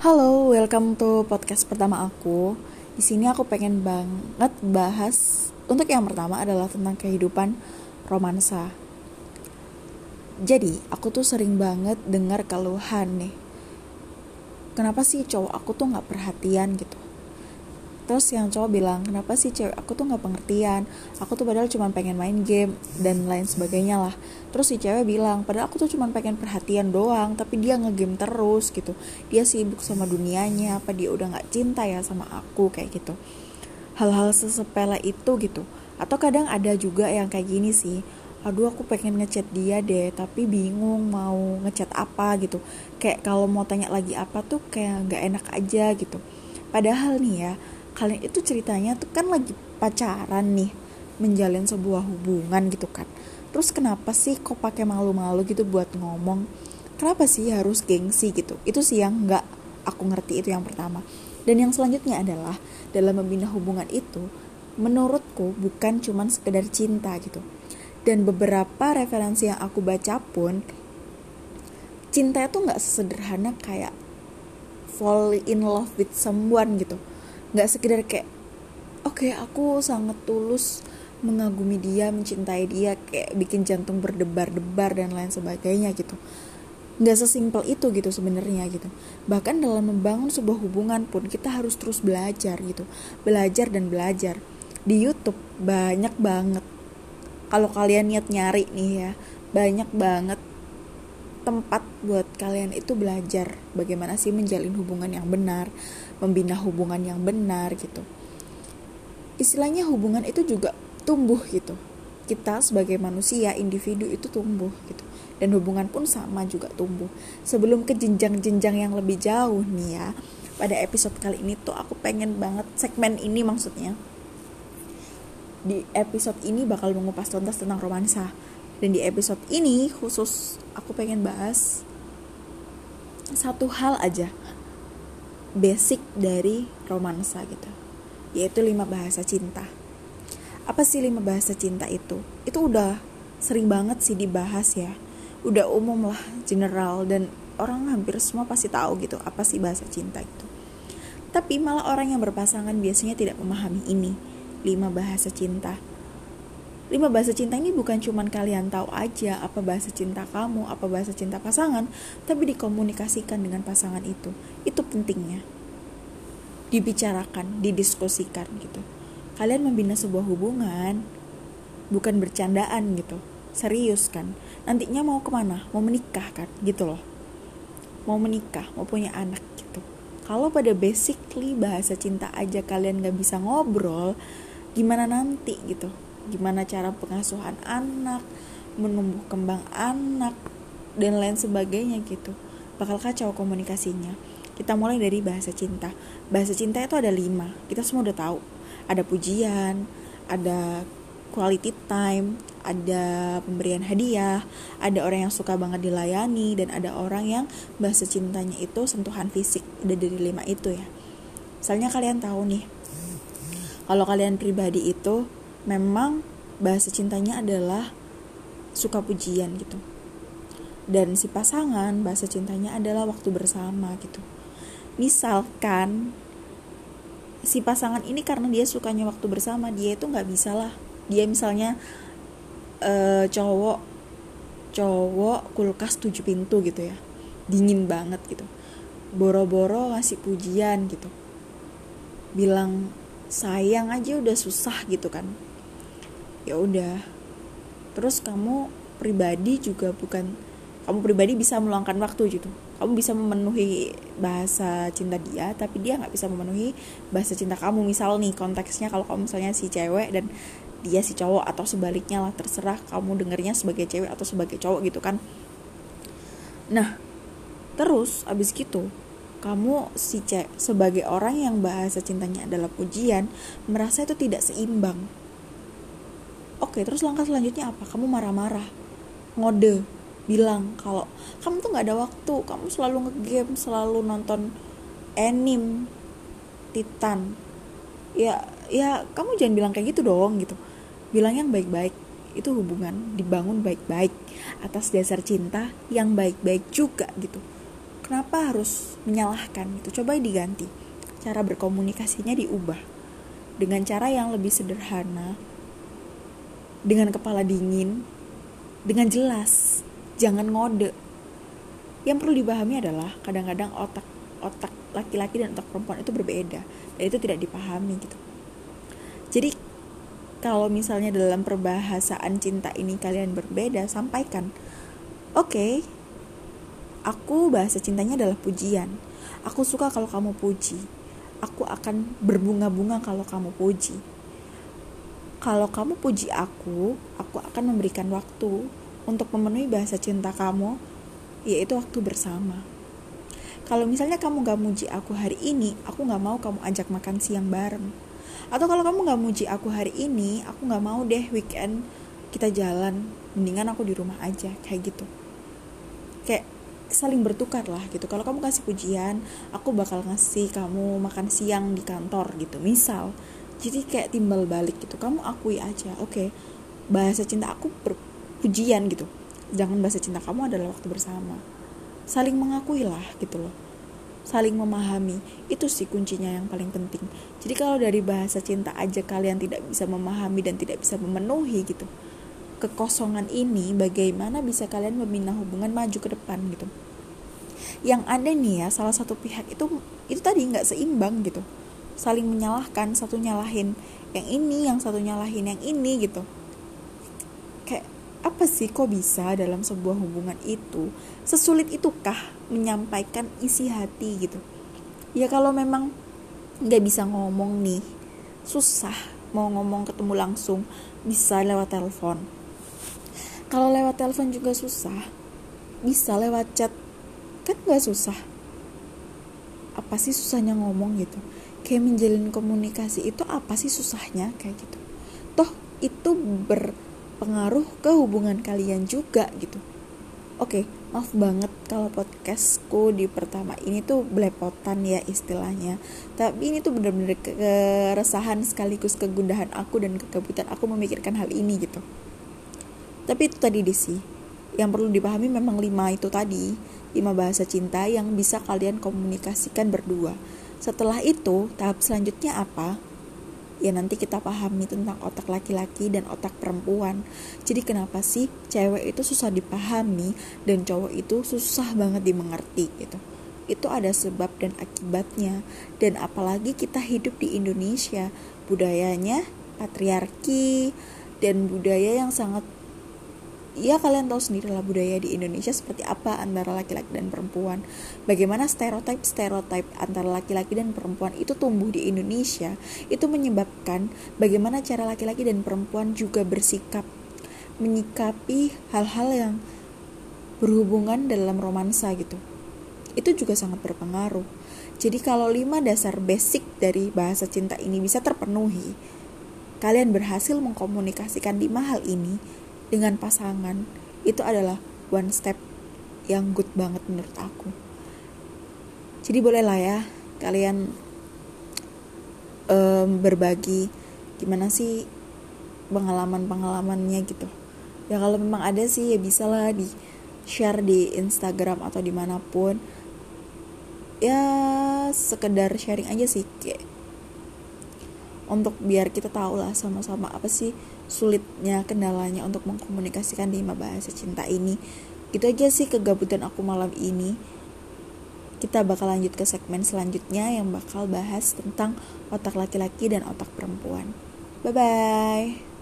Halo, welcome to podcast pertama aku. Di sini aku pengen banget bahas untuk yang pertama adalah tentang kehidupan romansa. Jadi, aku tuh sering banget dengar keluhan nih. Kenapa sih cowok aku tuh nggak perhatian gitu? Terus yang cowok bilang, kenapa sih cewek aku tuh gak pengertian, aku tuh padahal cuma pengen main game dan lain sebagainya lah. Terus si cewek bilang, padahal aku tuh cuma pengen perhatian doang, tapi dia ngegame terus gitu. Dia sibuk sama dunianya, apa dia udah gak cinta ya sama aku, kayak gitu. Hal-hal sesepele itu gitu. Atau kadang ada juga yang kayak gini sih, aduh aku pengen ngechat dia deh, tapi bingung mau ngechat apa gitu. Kayak kalau mau tanya lagi apa tuh kayak gak enak aja gitu. Padahal nih ya, kalian itu ceritanya tuh kan lagi pacaran nih, menjalin sebuah hubungan gitu kan. Terus kenapa sih kok pakai malu-malu gitu buat ngomong? Kenapa sih harus gengsi gitu? Itu sih yang nggak aku ngerti, itu yang pertama. Dan yang selanjutnya adalah dalam membina hubungan itu, menurutku bukan cuman sekedar cinta gitu. Dan beberapa referensi yang aku baca pun, cinta itu nggak sesederhana kayak fall in love with someone gitu. Nggak sekedar kayak oke, aku sangat tulus mengagumi dia, mencintai dia, kayak bikin jantung berdebar-debar dan lain sebagainya gitu. Nggak sesimpel itu gitu sebenarnya gitu. Bahkan dalam membangun sebuah hubungan pun kita harus terus belajar gitu. Belajar dan belajar. Di YouTube banyak banget, kalau kalian niat nyari nih ya, banyak banget tempat buat kalian itu belajar bagaimana sih menjalin hubungan yang benar, membina hubungan yang benar gitu. Istilahnya hubungan itu juga tumbuh gitu. Kita sebagai manusia, individu itu tumbuh gitu. Dan hubungan pun sama juga tumbuh. Sebelum ke jenjang-jenjang yang lebih jauh nih ya, pada episode kali ini tuh aku pengen banget segmen ini, maksudnya di episode ini bakal mengupas tuntas tentang romansa. Dan di episode ini khusus aku pengen bahas satu hal aja, basic dari romansa gitu, yaitu 5 bahasa cinta. Apa sih 5 bahasa cinta itu? Itu udah sering banget sih dibahas ya. Udah umum lah, general, dan orang hampir semua pasti tahu gitu apa sih bahasa cinta itu. Tapi malah orang yang berpasangan biasanya tidak memahami ini, 5 bahasa cinta. 5 bahasa cinta ini bukan cuman kalian tahu aja apa bahasa cinta kamu, apa bahasa cinta pasangan, tapi dikomunikasikan dengan pasangan itu. Itu pentingnya. Dibicarakan, didiskusikan gitu. Kalian membina sebuah hubungan bukan bercandaan gitu. Serius kan. Nantinya mau kemana? Mau menikah kan gitu loh. Mau menikah, mau punya anak gitu. Kalau pada basically bahasa cinta aja kalian gak bisa ngobrol, gimana nanti gitu? Gimana cara pengasuhan anak, menumbuh kembang anak, dan lain sebagainya gitu. Bakal kacau komunikasinya. Kita mulai dari bahasa cinta. Bahasa cinta itu ada 5. Kita semua udah tahu. Ada pujian, ada quality time, ada pemberian hadiah, ada orang yang suka banget dilayani, dan ada orang yang bahasa cintanya itu sentuhan fisik. Ada dari 5 itu ya. Misalnya kalian tahu nih, kalau kalian pribadi itu memang bahasa cintanya adalah suka pujian gitu. Dan si pasangan bahasa cintanya adalah waktu bersama gitu. Misalkan si pasangan ini karena dia sukanya waktu bersama, dia itu gak bisa lah. Dia misalnya cowok kulkas 7 pintu gitu ya, dingin banget gitu, boro-boro ngasih pujian gitu, bilang sayang aja udah susah gitu kan. Ya udah, terus kamu pribadi bisa meluangkan waktu gitu, kamu bisa memenuhi bahasa cinta dia, tapi dia nggak bisa memenuhi bahasa cinta kamu. Misal nih konteksnya, kalau kamu misalnya si cewek dan dia si cowok, atau sebaliknya lah, terserah kamu dengernya sebagai cewek atau sebagai cowok gitu kan. Nah terus abis gitu kamu sebagai orang yang bahasa cintanya adalah pujian, merasa itu tidak seimbang. Oke, terus langkah selanjutnya apa? Kamu marah-marah, ngode, bilang kalau kamu tuh gak ada waktu, kamu selalu ngegame, selalu nonton anime, Titan. Ya kamu jangan bilang kayak gitu dong gitu. Bilang yang baik-baik. Itu hubungan dibangun baik-baik atas dasar cinta yang baik-baik juga gitu. Kenapa harus menyalahkan gitu? Coba diganti, cara berkomunikasinya diubah dengan cara yang lebih sederhana, dengan kepala dingin, dengan jelas, jangan ngode. Yang perlu dipahami adalah kadang-kadang otak laki-laki dan otak perempuan itu berbeda, dan itu tidak dipahami gitu. Jadi kalau misalnya dalam perbahasaan cinta ini kalian berbeda, sampaikan, oke, aku bahasa cintanya adalah pujian. Aku suka kalau kamu puji. Aku akan berbunga-bunga kalau kamu puji. Kalau kamu puji aku akan memberikan waktu untuk memenuhi bahasa cinta kamu, yaitu waktu bersama. Kalau misalnya kamu gak muji aku hari ini, aku gak mau kamu ajak makan siang bareng. Atau kalau kamu gak muji aku hari ini, aku gak mau deh weekend kita jalan, mendingan aku di rumah aja, kayak gitu. Kayak saling bertukar lah gitu. Kalau kamu kasih pujian, aku bakal ngasih kamu makan siang di kantor gitu, misal. Jadi kayak timbal balik gitu. Kamu akui aja, oke, bahasa cinta aku pujian gitu. Jangan bahasa cinta kamu adalah waktu bersama. Saling mengakui lah gitu loh. Saling memahami, itu sih kuncinya yang paling penting. Jadi kalau dari bahasa cinta aja kalian tidak bisa memahami dan tidak bisa memenuhi gitu kekosongan ini, bagaimana bisa kalian membina hubungan maju ke depan gitu. Yang ada nih ya, salah satu pihak itu tadi nggak seimbang gitu, saling menyalahkan, satu nyalahin yang ini, yang satu nyalahin yang ini gitu. Kayak apa sih, kok bisa dalam sebuah hubungan itu sesulit itukah menyampaikan isi hati gitu. Ya kalau memang nggak bisa ngomong nih, susah mau ngomong ketemu langsung, bisa lewat telepon. Kalau lewat telepon juga susah, bisa lewat chat, kan nggak susah. Apa sih susahnya ngomong gitu? Kayak menjalin komunikasi itu apa sih susahnya kayak gitu? Toh itu berpengaruh ke hubungan kalian juga gitu. Oke, maaf banget kalau podcastku di pertama ini tuh belepotan ya istilahnya. Tapi ini tuh benar-benar keresahan sekaligus kegundahan aku dan kegabutan aku memikirkan hal ini gitu. Tapi itu tadi deh sih, yang perlu dipahami memang 5 itu tadi, 5 bahasa cinta yang bisa kalian komunikasikan berdua. Setelah itu, tahap selanjutnya apa? Ya nanti kita pahami tentang otak laki-laki dan otak perempuan. Jadi kenapa sih cewek itu susah dipahami dan cowok itu susah banget dimengerti gitu. Itu ada sebab dan akibatnya. Dan apalagi kita hidup di Indonesia, budayanya patriarki dan budaya yang sangat, ya kalian tahu sendiri lah budaya di Indonesia seperti apa antara laki-laki dan perempuan. Bagaimana stereotip antara laki-laki dan perempuan itu tumbuh di Indonesia. Itu menyebabkan bagaimana cara laki-laki dan perempuan juga bersikap, menyikapi hal-hal yang berhubungan dalam romansa gitu. Itu juga sangat berpengaruh. Jadi kalau 5 dasar basic dari bahasa cinta ini bisa terpenuhi, kalian berhasil mengkomunikasikan 5 hal ini dengan pasangan, itu adalah one step yang good banget menurut aku. Jadi bolehlah ya kalian berbagi gimana sih pengalaman-pengalamannya gitu. Ya kalau memang ada sih ya bisa lah di share di Instagram atau dimanapun. Ya sekedar sharing aja sih, kayak untuk biar kita tahu lah sama-sama apa sih sulitnya, kendalanya untuk mengkomunikasikan 5 bahasa cinta ini. Gitu aja sih kegabutan aku malam ini. Kita bakal lanjut ke segmen selanjutnya yang bakal bahas tentang otak laki-laki dan otak perempuan. Bye-bye.